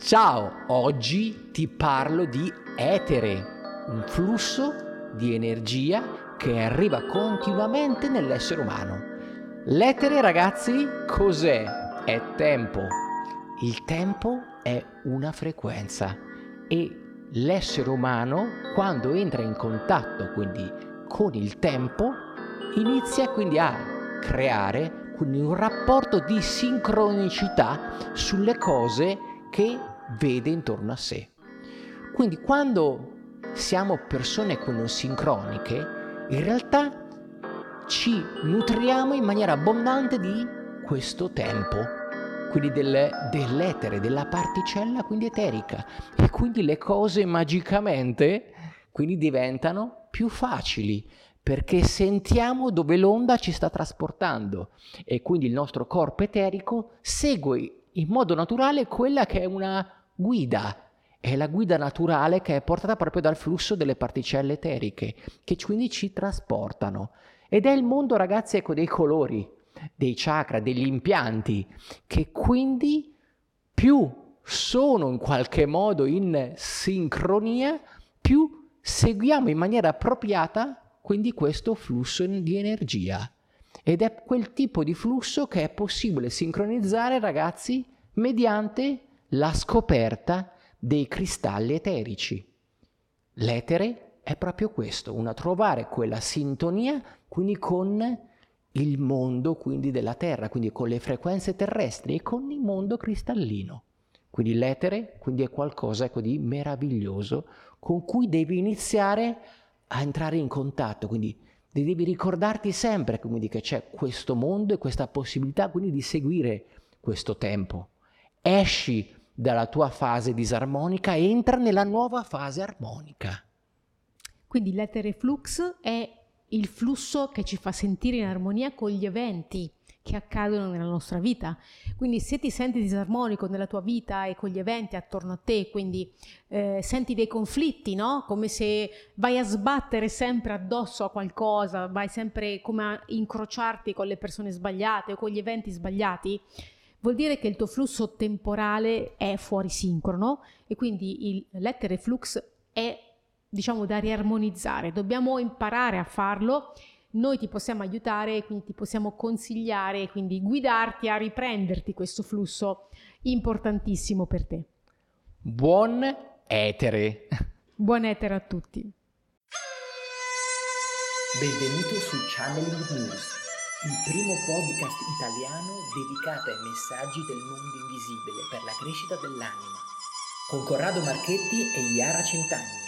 Ciao, oggi ti parlo di etere, un flusso di energia che arriva continuamente nell'essere umano. L'etere, ragazzi, cos'è? È tempo. Il tempo è una frequenza e l'essere umano, quando entra in contatto quindi con il tempo, inizia quindi a creare quindi un rapporto di sincronicità sulle cose che vede intorno a sé. Quindi quando siamo persone sincroniche, in realtà ci nutriamo in maniera abbondante di questo tempo, quindi dell'etere, della particella quindi eterica, e quindi le cose magicamente quindi diventano più facili perché sentiamo dove l'onda ci sta trasportando e quindi il nostro corpo eterico segue in modo naturale quella che è una guida. È la guida naturale che è portata proprio dal flusso delle particelle eteriche, che quindi ci trasportano. Ed è il mondo, ragazzi, ecco, dei colori, dei chakra, degli impianti, che quindi più sono in qualche modo in sincronia, più seguiamo in maniera appropriata quindi questo flusso di energia. Ed è quel tipo di flusso che è possibile sincronizzare, ragazzi, mediante la scoperta dei cristalli eterici. L'etere è proprio questo, trovare quella sintonia quindi con il mondo quindi della Terra, quindi con le frequenze terrestri e con il mondo cristallino. Quindi l'etere quindi è qualcosa di meraviglioso con cui devi iniziare a entrare in contatto, quindi devi ricordarti sempre quindi che c'è questo mondo e questa possibilità quindi di seguire questo tempo. Esci dalla tua fase disarmonica e entra nella nuova fase armonica. Quindi l'etere flux è il flusso che ci fa sentire in armonia con gli eventi che accadono nella nostra vita. Quindi se ti senti disarmonico nella tua vita e con gli eventi attorno a te, quindi senti dei conflitti, no? Come se vai a sbattere sempre addosso a qualcosa, vai sempre come a incrociarti con le persone sbagliate o con gli eventi sbagliati, vuol dire che il tuo flusso temporale è fuori sincrono e quindi l'etere flux è, diciamo, da riarmonizzare. Dobbiamo imparare a farlo. Noi ti possiamo aiutare, quindi ti possiamo consigliare e quindi guidarti a riprenderti questo flusso importantissimo per te. Buon etere! Buon etere a tutti! Benvenuto su Channeling News, il primo podcast italiano dedicato ai messaggi del mondo invisibile per la crescita dell'anima, con Corrado Marchetti e Iara Centanni.